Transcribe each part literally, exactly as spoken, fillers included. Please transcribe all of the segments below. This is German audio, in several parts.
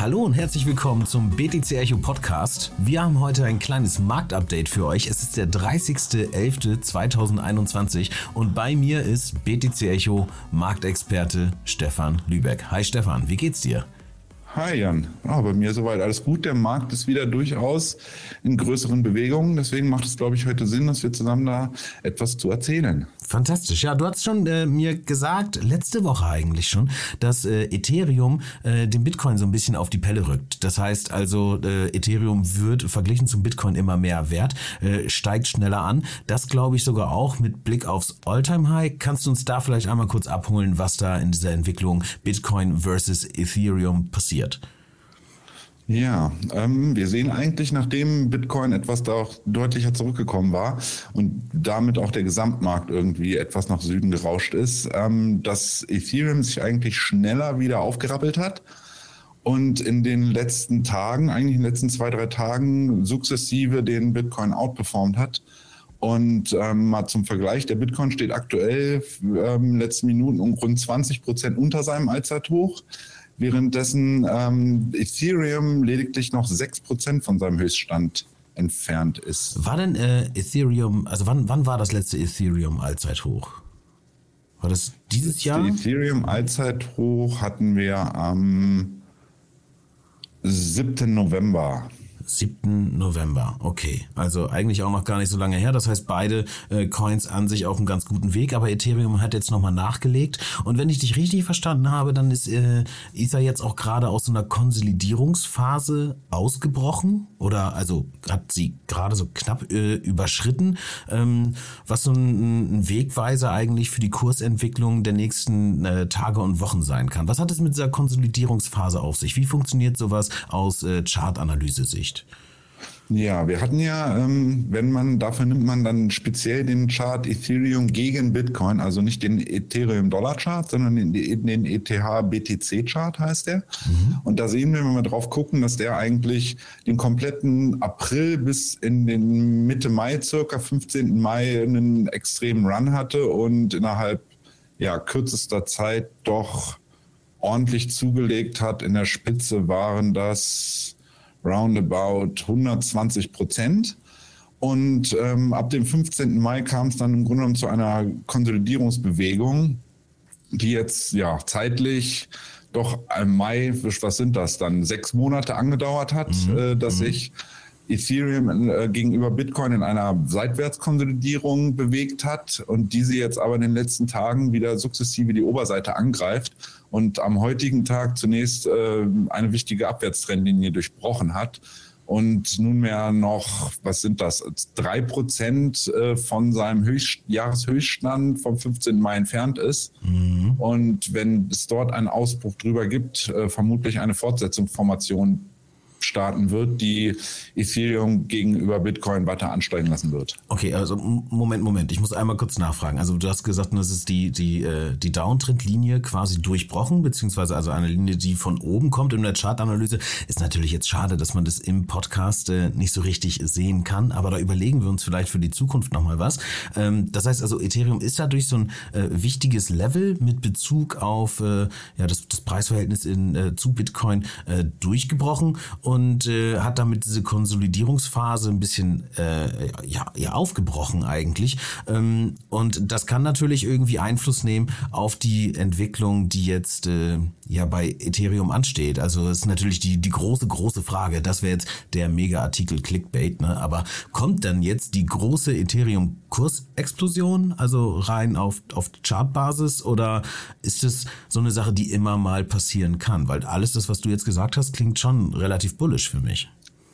Hallo und herzlich willkommen zum B T C Echo Podcast. Wir haben heute ein kleines Marktupdate für euch. Es ist der dreißigster elfter zweitausendeinundzwanzig und bei mir ist B T C Echo Marktexperte Stefan Lübeck. Hi Stefan, wie geht's dir? Hi Jan, ja, bei mir soweit alles gut. Der Markt ist wieder durchaus in größeren Bewegungen. Deswegen macht es, glaube ich, heute Sinn, dass wir zusammen da etwas zu erzählen. Fantastisch. Ja, du hast schon äh, mir gesagt, letzte Woche eigentlich schon, dass äh, Ethereum äh, dem Bitcoin so ein bisschen auf die Pelle rückt. Das heißt also, äh, Ethereum wird verglichen zum Bitcoin immer mehr wert, äh, steigt schneller an. Das glaube ich sogar auch mit Blick aufs All-Time-High. Kannst du uns da vielleicht einmal kurz abholen, was da in dieser Entwicklung Bitcoin versus Ethereum passiert? Ja, ähm, wir sehen eigentlich, nachdem Bitcoin etwas da auch deutlicher zurückgekommen war und damit auch der Gesamtmarkt irgendwie etwas nach Süden gerauscht ist, ähm, dass Ethereum sich eigentlich schneller wieder aufgerappelt hat und in den letzten Tagen, eigentlich in den letzten zwei, drei Tagen sukzessive den Bitcoin outperformt hat. Und ähm, mal zum Vergleich, der Bitcoin steht aktuell ähm, letzten Minuten um rund zwanzig Prozent unter seinem Allzeithoch. Währenddessen ähm, Ethereum lediglich noch sechs Prozent von seinem Höchststand entfernt ist. War denn äh, Ethereum, also wann, wann war das letzte Ethereum-Allzeithoch? War das dieses das Jahr? Ethereum-Allzeithoch hatten wir am siebten November. siebten November, okay. Also eigentlich auch noch gar nicht so lange her. Das heißt, beide äh, Coins an sich auf einem ganz guten Weg, aber Ethereum hat jetzt nochmal nachgelegt. Und wenn ich dich richtig verstanden habe, dann ist äh, Ether jetzt auch gerade aus so einer Konsolidierungsphase ausgebrochen oder also hat sie gerade so knapp äh, überschritten, ähm, was so ein, ein Wegweiser eigentlich für die Kursentwicklung der nächsten äh, Tage und Wochen sein kann. Was hat es mit dieser Konsolidierungsphase auf sich? Wie funktioniert sowas aus äh, Chartanalyse-Sicht? Ja, wir hatten ja, ähm, wenn man, dafür nimmt man dann speziell den Chart Ethereum gegen Bitcoin, also nicht den Ethereum-Dollar-Chart, sondern den, den E T H-B T C-Chart heißt der. Mhm. Und da sehen wir, wenn wir drauf gucken, dass der eigentlich den kompletten April bis in den Mitte Mai, circa fünfzehnten Mai, einen extremen Run hatte und innerhalb ja, kürzester Zeit doch ordentlich zugelegt hat. In der Spitze waren das roundabout hundertzwanzig Prozent. Und ähm, ab dem fünfzehnten Mai kam es dann im Grunde genommen zu einer Konsolidierungsbewegung, die jetzt ja zeitlich doch im Mai, was sind das dann, sechs Monate angedauert hat, mhm. äh, dass mhm. sich Ethereum äh, gegenüber Bitcoin in einer Seitwärtskonsolidierung bewegt hat und diese jetzt aber in den letzten Tagen wieder sukzessive die Oberseite angreift und am heutigen Tag zunächst äh, eine wichtige Abwärtstrendlinie durchbrochen hat und nunmehr noch, was sind das, drei Prozent äh, von seinem Höchst- Jahreshöchststand vom fünfzehnten Mai entfernt ist. Mhm. Und wenn es dort einen Ausbruch drüber gibt, äh, vermutlich eine Fortsetzungsformation starten wird, die Ethereum gegenüber Bitcoin weiter ansteigen lassen wird. Okay, also Moment, Moment. Ich muss einmal kurz nachfragen. Also du hast gesagt, das ist die die die Downtrend-Linie quasi durchbrochen, beziehungsweise also eine Linie, die von oben kommt in der Chartanalyse. Ist natürlich jetzt schade, dass man das im Podcast nicht so richtig sehen kann, aber da überlegen wir uns vielleicht für die Zukunft nochmal was. Das heißt also, Ethereum ist dadurch so ein wichtiges Level mit Bezug auf ja das, das Preisverhältnis in, zu Bitcoin durchgebrochen und Und äh, hat damit diese Konsolidierungsphase ein bisschen äh, ja, ja aufgebrochen eigentlich. Ähm, und das kann natürlich irgendwie Einfluss nehmen auf die Entwicklung, die jetzt äh, ja bei Ethereum ansteht. Also das ist natürlich die die große, große Frage. Das wäre jetzt der Mega-Artikel Clickbait, ne? Aber kommt dann jetzt die große Ethereum-Kursexplosion, also rein auf, auf Chartbasis, oder ist es so eine Sache, die immer mal passieren kann? Weil alles das, was du jetzt gesagt hast, klingt schon relativ bullish für mich.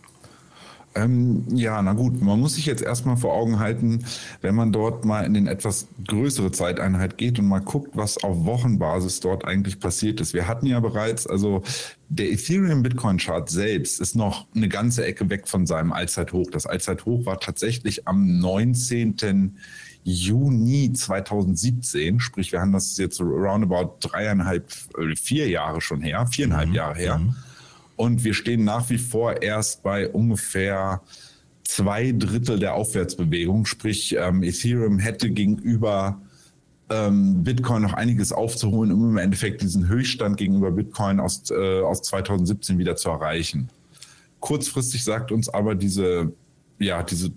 Ähm, ja, na gut, man muss sich jetzt erstmal vor Augen halten, wenn man dort mal in den etwas größere Zeiteinheit geht und mal guckt, was auf Wochenbasis dort eigentlich passiert ist. Wir hatten ja bereits, also der Ethereum-Bitcoin-Chart selbst ist noch eine ganze Ecke weg von seinem Allzeithoch. Das Allzeithoch war tatsächlich am neunzehnten Juni zweitausendsiebzehn, sprich wir haben das jetzt roundabout dreieinhalb, vier Jahre schon her, viereinhalb mhm. Jahre her. Mhm. Und wir stehen nach wie vor erst bei ungefähr zwei Drittel der Aufwärtsbewegung. Sprich, ähm, Ethereum hätte gegenüber ähm, Bitcoin noch einiges aufzuholen, um im Endeffekt diesen Höchststand gegenüber Bitcoin aus, äh, aus zweitausendsiebzehn wieder zu erreichen. Kurzfristig sagt uns aber diese, ja, diese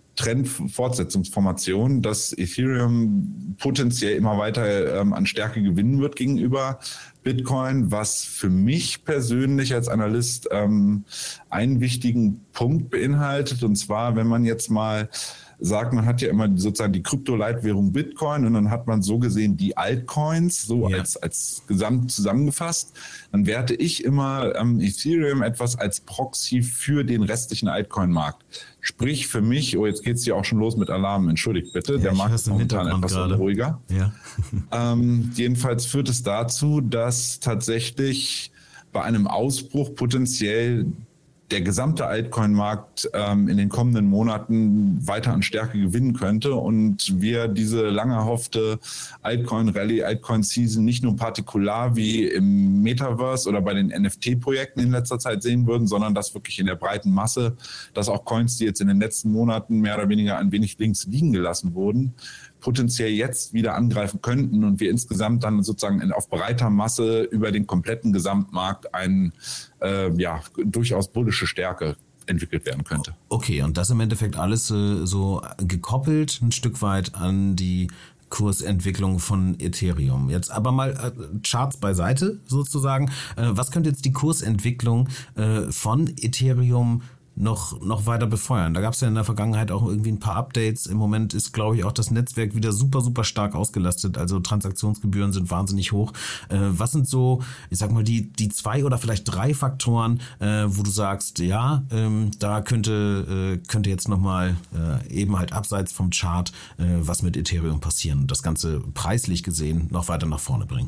Trendfortsetzungsformation, dass Ethereum potenziell immer weiter ähm, an Stärke gewinnen wird gegenüber Bitcoin, was für mich persönlich als Analyst ähm, einen wichtigen Punkt beinhaltet. Und zwar, wenn man jetzt mal sagt, man hat ja immer sozusagen die Krypto-Leitwährung Bitcoin und dann hat man so gesehen die Altcoins, so ja. als, als Gesamt zusammengefasst. Dann werte ich immer ähm, Ethereum etwas als Proxy für den restlichen Altcoin-Markt. Sprich für mich, oh jetzt geht's hier auch schon los mit Alarm, entschuldigt bitte, ja, der Markt ist momentan etwas ruhiger. Ja. ähm, jedenfalls führt es dazu, dass tatsächlich bei einem Ausbruch potenziell der gesamte Altcoin-Markt ähm, in den kommenden Monaten weiter an Stärke gewinnen könnte und wir diese lange erhoffte Altcoin-Rallye, Altcoin-Season nicht nur partikular wie im Metaverse oder bei den N F T-Projekten in letzter Zeit sehen würden, sondern dass wirklich in der breiten Masse, dass auch Coins, die jetzt in den letzten Monaten mehr oder weniger ein wenig links liegen gelassen wurden, potenziell jetzt wieder angreifen könnten und wir insgesamt dann sozusagen auf breiter Masse über den kompletten Gesamtmarkt ein äh, ja, durchaus bullische Stärke entwickelt werden könnte. Okay, und das im Endeffekt alles äh, so gekoppelt ein Stück weit an die Kursentwicklung von Ethereum. Jetzt aber mal äh, Charts beiseite sozusagen. Äh, was könnte jetzt die Kursentwicklung äh, von Ethereum noch noch weiter befeuern? Da gab es ja in der Vergangenheit auch irgendwie ein paar Updates. Im Moment ist, glaube ich, auch das Netzwerk wieder super, super stark ausgelastet. Also Transaktionsgebühren sind wahnsinnig hoch. Äh, was sind so, ich sag mal, die die zwei oder vielleicht drei Faktoren, äh, wo du sagst, ja, ähm, da könnte äh, könnte jetzt nochmal äh, eben halt abseits vom Chart äh, was mit Ethereum passieren und das Ganze preislich gesehen noch weiter nach vorne bringen?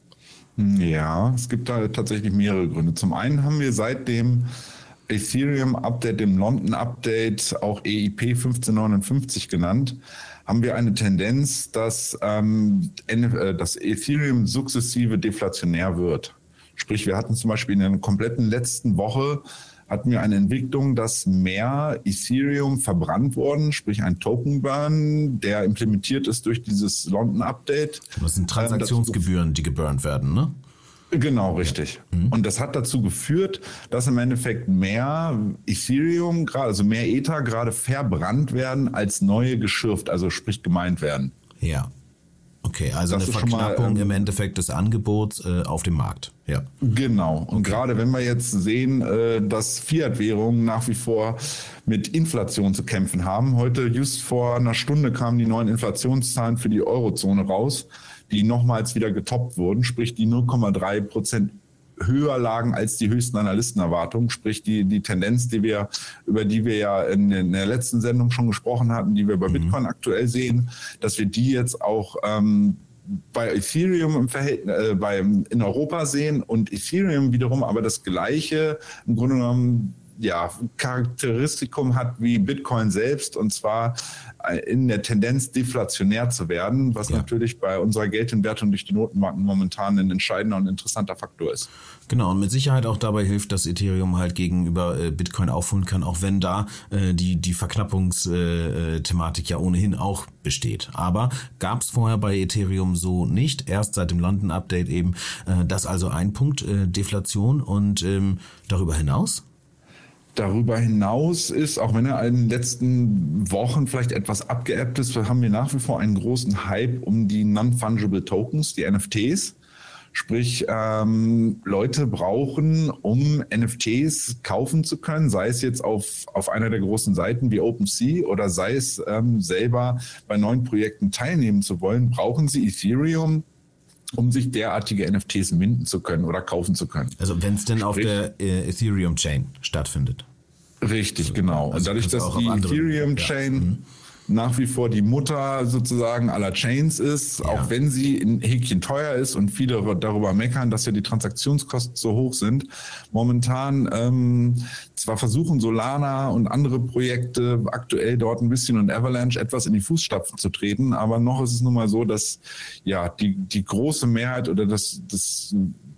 Ja, es gibt da tatsächlich mehrere Gründe. Zum einen haben wir seit dem Ethereum-Update, dem London-Update, auch E I P fünfzehnhundertneunundfünfzig genannt, haben wir eine Tendenz, dass, ähm, dass Ethereum sukzessive deflationär wird. Sprich, wir hatten zum Beispiel in der kompletten letzten Woche hatten wir eine Entwicklung, dass mehr Ethereum verbrannt worden, sprich ein Token-Burn, der implementiert ist durch dieses London-Update. Das sind Transaktionsgebühren, ähm, die geburnt werden, ne? Genau, richtig. Ja. Mhm. Und das hat dazu geführt, dass im Endeffekt mehr Ethereum, also mehr Ether gerade verbrannt werden, als neue geschürft, also sprich gemeint werden. Ja. Okay, also das eine Verknappung mal, ähm, im Endeffekt des Angebots äh, auf dem Markt. Ja. Genau. Und okay. Gerade wenn wir jetzt sehen, äh, dass Fiat-Währungen nach wie vor mit Inflation zu kämpfen haben. Heute, just vor einer Stunde, kamen die neuen Inflationszahlen für die Eurozone raus, die nochmals wieder getoppt wurden, sprich die null Komma drei Prozent höher lagen als die höchsten Analystenerwartungen, sprich die, die Tendenz, die wir, über die wir ja in, in der letzten Sendung schon gesprochen hatten, die wir bei mhm. Bitcoin aktuell sehen, dass wir die jetzt auch ähm, bei Ethereum im Verhältnis, äh, bei, in Europa sehen und Ethereum wiederum aber das gleiche, im Grunde genommen, ja, Charakteristikum hat wie Bitcoin selbst, und zwar in der Tendenz deflationär zu werden, was ja. natürlich bei unserer Geldentwertung durch die Notenbanken momentan ein entscheidender und interessanter Faktor ist. Genau, und mit Sicherheit auch dabei hilft, dass Ethereum halt gegenüber äh, Bitcoin aufholen kann, auch wenn da äh, die, die Verknappungsthematik äh, ja ohnehin auch besteht. Aber gab es vorher bei Ethereum so nicht, erst seit dem London-Update eben. Äh, das also ein Punkt, äh, Deflation, und ähm, darüber hinaus? Darüber hinaus ist, auch wenn er in den letzten Wochen vielleicht etwas abgeebbt ist, haben wir nach wie vor einen großen Hype um die Non-Fungible Tokens, die N F Ts. Sprich, ähm, Leute brauchen, um N F Ts kaufen zu können, sei es jetzt auf, auf einer der großen Seiten wie OpenSea oder sei es ähm, selber bei neuen Projekten teilnehmen zu wollen, brauchen sie Ethereum, um sich derartige N F Ts minden zu können oder kaufen zu können. Also wenn es denn Sprich, auf der äh, Ethereum-Chain stattfindet. Richtig, also, genau. Und also dadurch, dass die Ethereum-Chain ja. nach wie vor die Mutter sozusagen aller Chains ist, ja. auch wenn sie in Häkchen teuer ist und viele darüber meckern, dass ja die Transaktionskosten so hoch sind. Momentan ähm, zwar versuchen Solana und andere Projekte aktuell dort ein bisschen und Avalanche etwas in die Fußstapfen zu treten, aber noch ist es nun mal so, dass ja die, die große Mehrheit oder das, das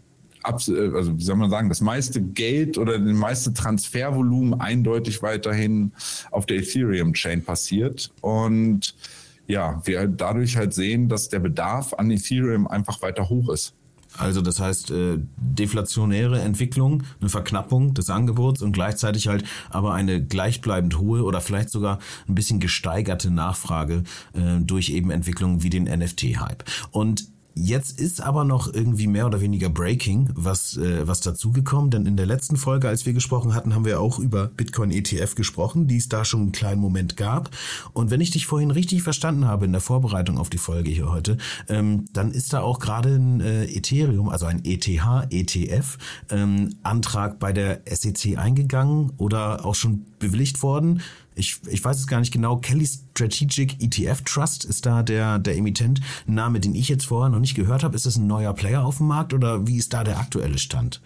also wie soll man sagen, das meiste Geld oder das meiste Transfervolumen eindeutig weiterhin auf der Ethereum-Chain passiert. Und ja, wir dadurch halt sehen, dass der Bedarf an Ethereum einfach weiter hoch ist. Also das heißt, äh, deflationäre Entwicklung, eine Verknappung des Angebots und gleichzeitig halt aber eine gleichbleibend hohe oder vielleicht sogar ein bisschen gesteigerte Nachfrage äh, durch eben Entwicklungen wie den N F T-Hype. Und jetzt ist aber noch irgendwie mehr oder weniger Breaking, was äh, was dazugekommen, denn in der letzten Folge, als wir gesprochen hatten, haben wir auch über Bitcoin-E T F gesprochen, die es da schon einen kleinen Moment gab. Und wenn ich dich vorhin richtig verstanden habe in der Vorbereitung auf die Folge hier heute, ähm, dann ist da auch gerade ein äh, Ethereum, also ein E T H-E T F, ähm, Antrag bei der S E C eingegangen oder auch schon bewilligt worden. Ich, ich weiß es gar nicht genau. Kelly Strategic E T F Trust ist da der, der Emittent. Ein Name, den ich jetzt vorher noch nicht gehört habe. Ist das ein neuer Player auf dem Markt oder wie ist da der aktuelle Stand?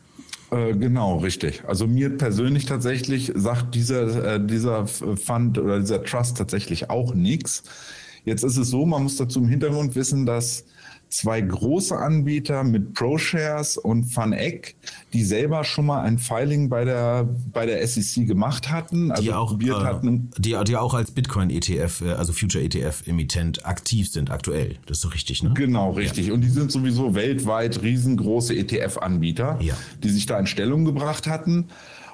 Äh, genau, richtig. Also mir persönlich tatsächlich sagt dieser, äh, dieser Fund oder dieser Trust tatsächlich auch nichts. Jetzt ist es so, man muss dazu im Hintergrund wissen, dass zwei große Anbieter mit ProShares und FunEgg, die selber schon mal ein Filing bei der bei der S E C gemacht hatten, also die auch probiert äh, hatten, die, die auch als Bitcoin-E T F, also Future-E T F-Emittent aktiv sind aktuell. Das ist so richtig, ne? Genau, richtig. Ja. Und die sind sowieso weltweit riesengroße E T F-Anbieter, ja, die sich da in Stellung gebracht hatten.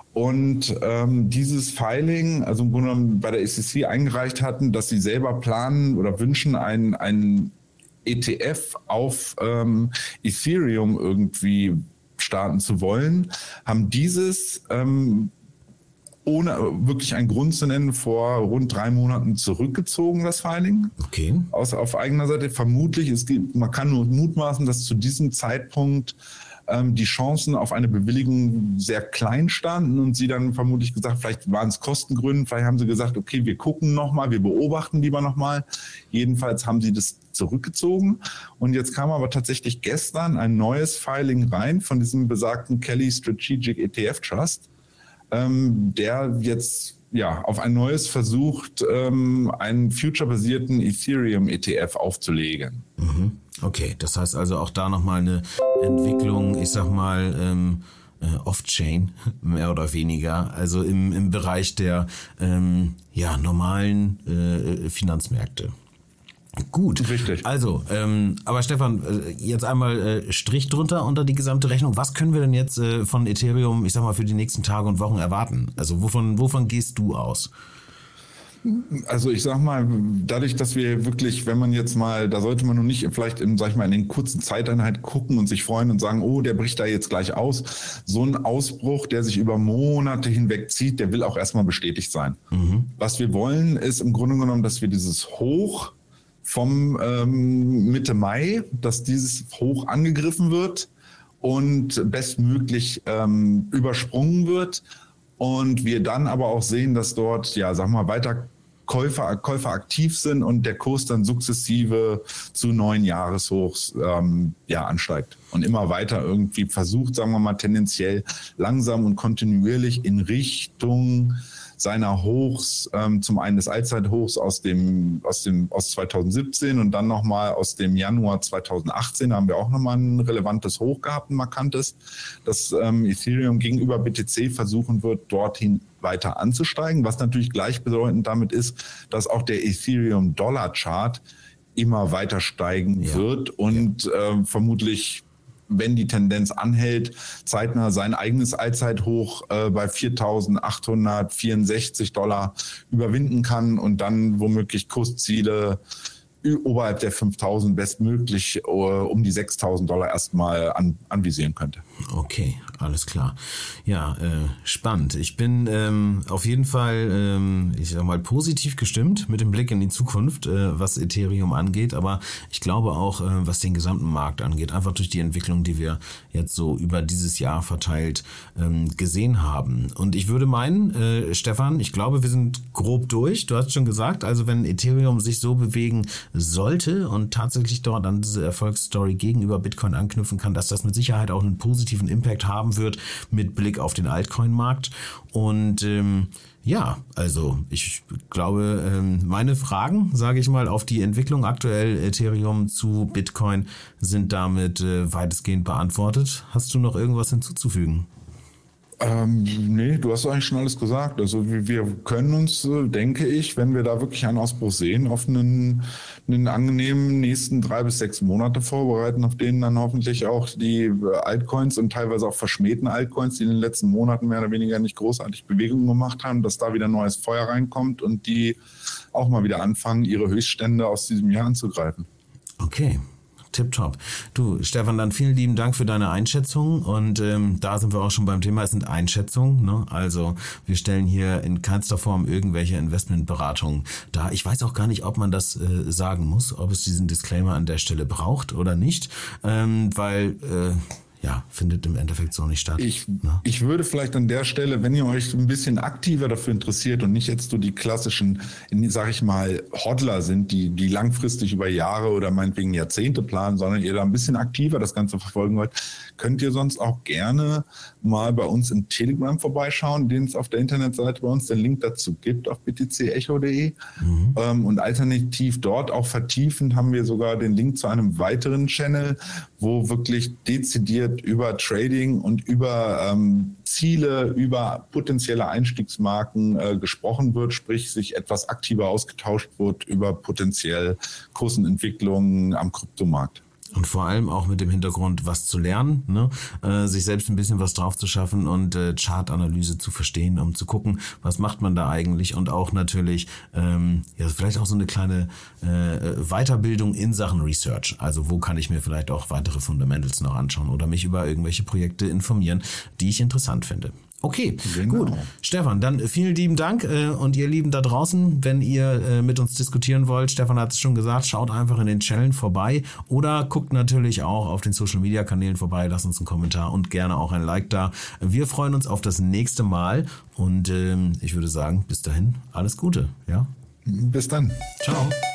Und ähm, dieses Filing, also im Grunde genommen bei der S E C eingereicht hatten, dass sie selber planen oder wünschen, ein, ein E T F auf ähm, Ethereum irgendwie starten zu wollen, haben dieses ähm, ohne wirklich einen Grund zu nennen vor rund drei Monaten zurückgezogen, das Filing. Okay. Aus, auf eigener Seite. Vermutlich, es gibt, man kann nur mutmaßen, dass zu diesem Zeitpunkt ähm, die Chancen auf eine Bewilligung sehr klein standen und sie dann vermutlich gesagt, vielleicht waren es Kostengründe, vielleicht haben sie gesagt, okay, wir gucken nochmal, wir beobachten lieber nochmal. Jedenfalls haben sie das zurückgezogen und jetzt kam aber tatsächlich gestern ein neues Filing rein von diesem besagten Kelly Strategic E T F Trust, ähm, der jetzt ja auf ein neues versucht, ähm, einen future-basierten Ethereum E T F aufzulegen. Mhm. Okay, das heißt also auch da nochmal eine Entwicklung, ich sag mal, ähm, äh, off-chain, mehr oder weniger, also im, im Bereich der ähm, ja, normalen äh, Finanzmärkte. Gut, richtig. Also, ähm, aber Stefan, äh, jetzt einmal äh, Strich drunter unter die gesamte Rechnung. Was können wir denn jetzt äh, von Ethereum, ich sag mal, für die nächsten Tage und Wochen erwarten? Also wovon, wovon gehst du aus? Also ich sag mal, dadurch, dass wir wirklich, wenn man jetzt mal, da sollte man noch nicht vielleicht in, sag ich mal, in den kurzen Zeiteinheit gucken und sich freuen und sagen, oh, der bricht da jetzt gleich aus. So ein Ausbruch, der sich über Monate hinweg zieht, der will auch erstmal bestätigt sein. Mhm. Was wir wollen, ist im Grunde genommen, dass wir dieses Hoch vom ähm, Mitte Mai, dass dieses Hoch angegriffen wird und bestmöglich ähm, übersprungen wird. Und wir dann aber auch sehen, dass dort, ja, sag mal, weiter Käufer, Käufer aktiv sind und der Kurs dann sukzessive zu neuen Jahreshochs ähm, ja, ansteigt und immer weiter irgendwie versucht, sagen wir mal, tendenziell langsam und kontinuierlich in Richtung seiner Hochs, ähm, zum einen des Allzeithochs aus dem, aus dem, aus zweitausendsiebzehn und dann nochmal aus dem Januar zweitausendachtzehn, da haben wir auch nochmal ein relevantes Hoch gehabt, ein markantes, dass ähm, Ethereum gegenüber B T C versuchen wird, dorthin weiter anzusteigen, was natürlich gleichbedeutend damit ist, dass auch der Ethereum-Dollar-Chart immer weiter steigen ja. wird und ja. äh, vermutlich, wenn die Tendenz anhält, zeitnah sein eigenes Allzeithoch äh, bei viertausendachthundertvierundsechzig Dollar überwinden kann und dann womöglich Kursziele oberhalb der fünftausend bestmöglich uh, um die sechstausend Dollar erstmal an, anvisieren könnte. Okay, alles klar. Ja, äh, spannend. Ich bin ähm, auf jeden Fall, ähm, ich sag mal, positiv gestimmt mit dem Blick in die Zukunft, äh, was Ethereum angeht, aber ich glaube auch, äh, was den gesamten Markt angeht, einfach durch die Entwicklung, die wir jetzt so über dieses Jahr verteilt ähm, gesehen haben. Und ich würde meinen, äh, Stefan, ich glaube, wir sind grob durch. Du hast schon gesagt, also wenn Ethereum sich so bewegen sollte und tatsächlich dort an diese Erfolgsstory gegenüber Bitcoin anknüpfen kann, dass das mit Sicherheit auch einen positiven Impact haben wird mit Blick auf den Altcoin-Markt. Und ähm, ja, also ich glaube, ähm, meine Fragen, sage ich mal, auf die Entwicklung aktuell Ethereum zu Bitcoin sind damit äh, weitestgehend beantwortet. Hast du noch irgendwas hinzuzufügen? Ähm, nee, du hast eigentlich schon alles gesagt. Also wir, wir können uns, denke ich, wenn wir da wirklich einen Ausbruch sehen, auf einen, einen angenehmen nächsten drei bis sechs Monate vorbereiten, auf denen dann hoffentlich auch die Altcoins und teilweise auch verschmähten Altcoins, die in den letzten Monaten mehr oder weniger nicht großartig Bewegungen gemacht haben, dass da wieder neues Feuer reinkommt und die auch mal wieder anfangen, ihre Höchststände aus diesem Jahr anzugreifen. Okay. Tipptopp. Du, Stefan, dann vielen lieben Dank für deine Einschätzung und ähm, da sind wir auch schon beim Thema, es sind Einschätzungen, ne? Also wir stellen hier in keinster Form irgendwelche Investmentberatungen dar. Ich weiß auch gar nicht, ob man das äh, sagen muss, ob es diesen Disclaimer an der Stelle braucht oder nicht, ähm, weil äh, ja, findet im Endeffekt so nicht statt. Ich, ne? ich würde vielleicht an der Stelle, wenn ihr euch ein bisschen aktiver dafür interessiert und nicht jetzt so die klassischen, sag ich mal, Hodler sind, die, die langfristig über Jahre oder meinetwegen Jahrzehnte planen, sondern ihr da ein bisschen aktiver das Ganze verfolgen wollt, könnt ihr sonst auch gerne mal bei uns im Telegram vorbeischauen, den es auf der Internetseite bei uns den Link dazu gibt auf b t c echo punkt de. Mhm. Ähm, und alternativ dort auch vertiefend haben wir sogar den Link zu einem weiteren Channel, wo wirklich dezidiert über Trading und über ähm, Ziele, über potenzielle Einstiegsmarken äh, gesprochen wird, sprich sich etwas aktiver ausgetauscht wird über potenziell Kursenentwicklungen am Kryptomarkt. Und vor allem auch mit dem Hintergrund, was zu lernen, ne? äh, sich selbst ein bisschen was drauf zu schaffen und äh, Chartanalyse zu verstehen, um zu gucken, was macht man da eigentlich und auch natürlich ähm, ja vielleicht auch so eine kleine äh, Weiterbildung in Sachen Research. Also wo kann ich mir vielleicht auch weitere Fundamentals noch anschauen oder mich über irgendwelche Projekte informieren, die ich interessant finde. Okay, genau. Gut. Stefan, dann vielen lieben Dank äh, und ihr Lieben da draußen, wenn ihr äh, mit uns diskutieren wollt, Stefan hat es schon gesagt, schaut einfach in den Channel vorbei oder guckt natürlich auch auf den Social-Media-Kanälen vorbei, lasst uns einen Kommentar und gerne auch ein Like da. Wir freuen uns auf das nächste Mal und ähm, ich würde sagen, bis dahin, alles Gute. Ja? Bis dann. Ciao.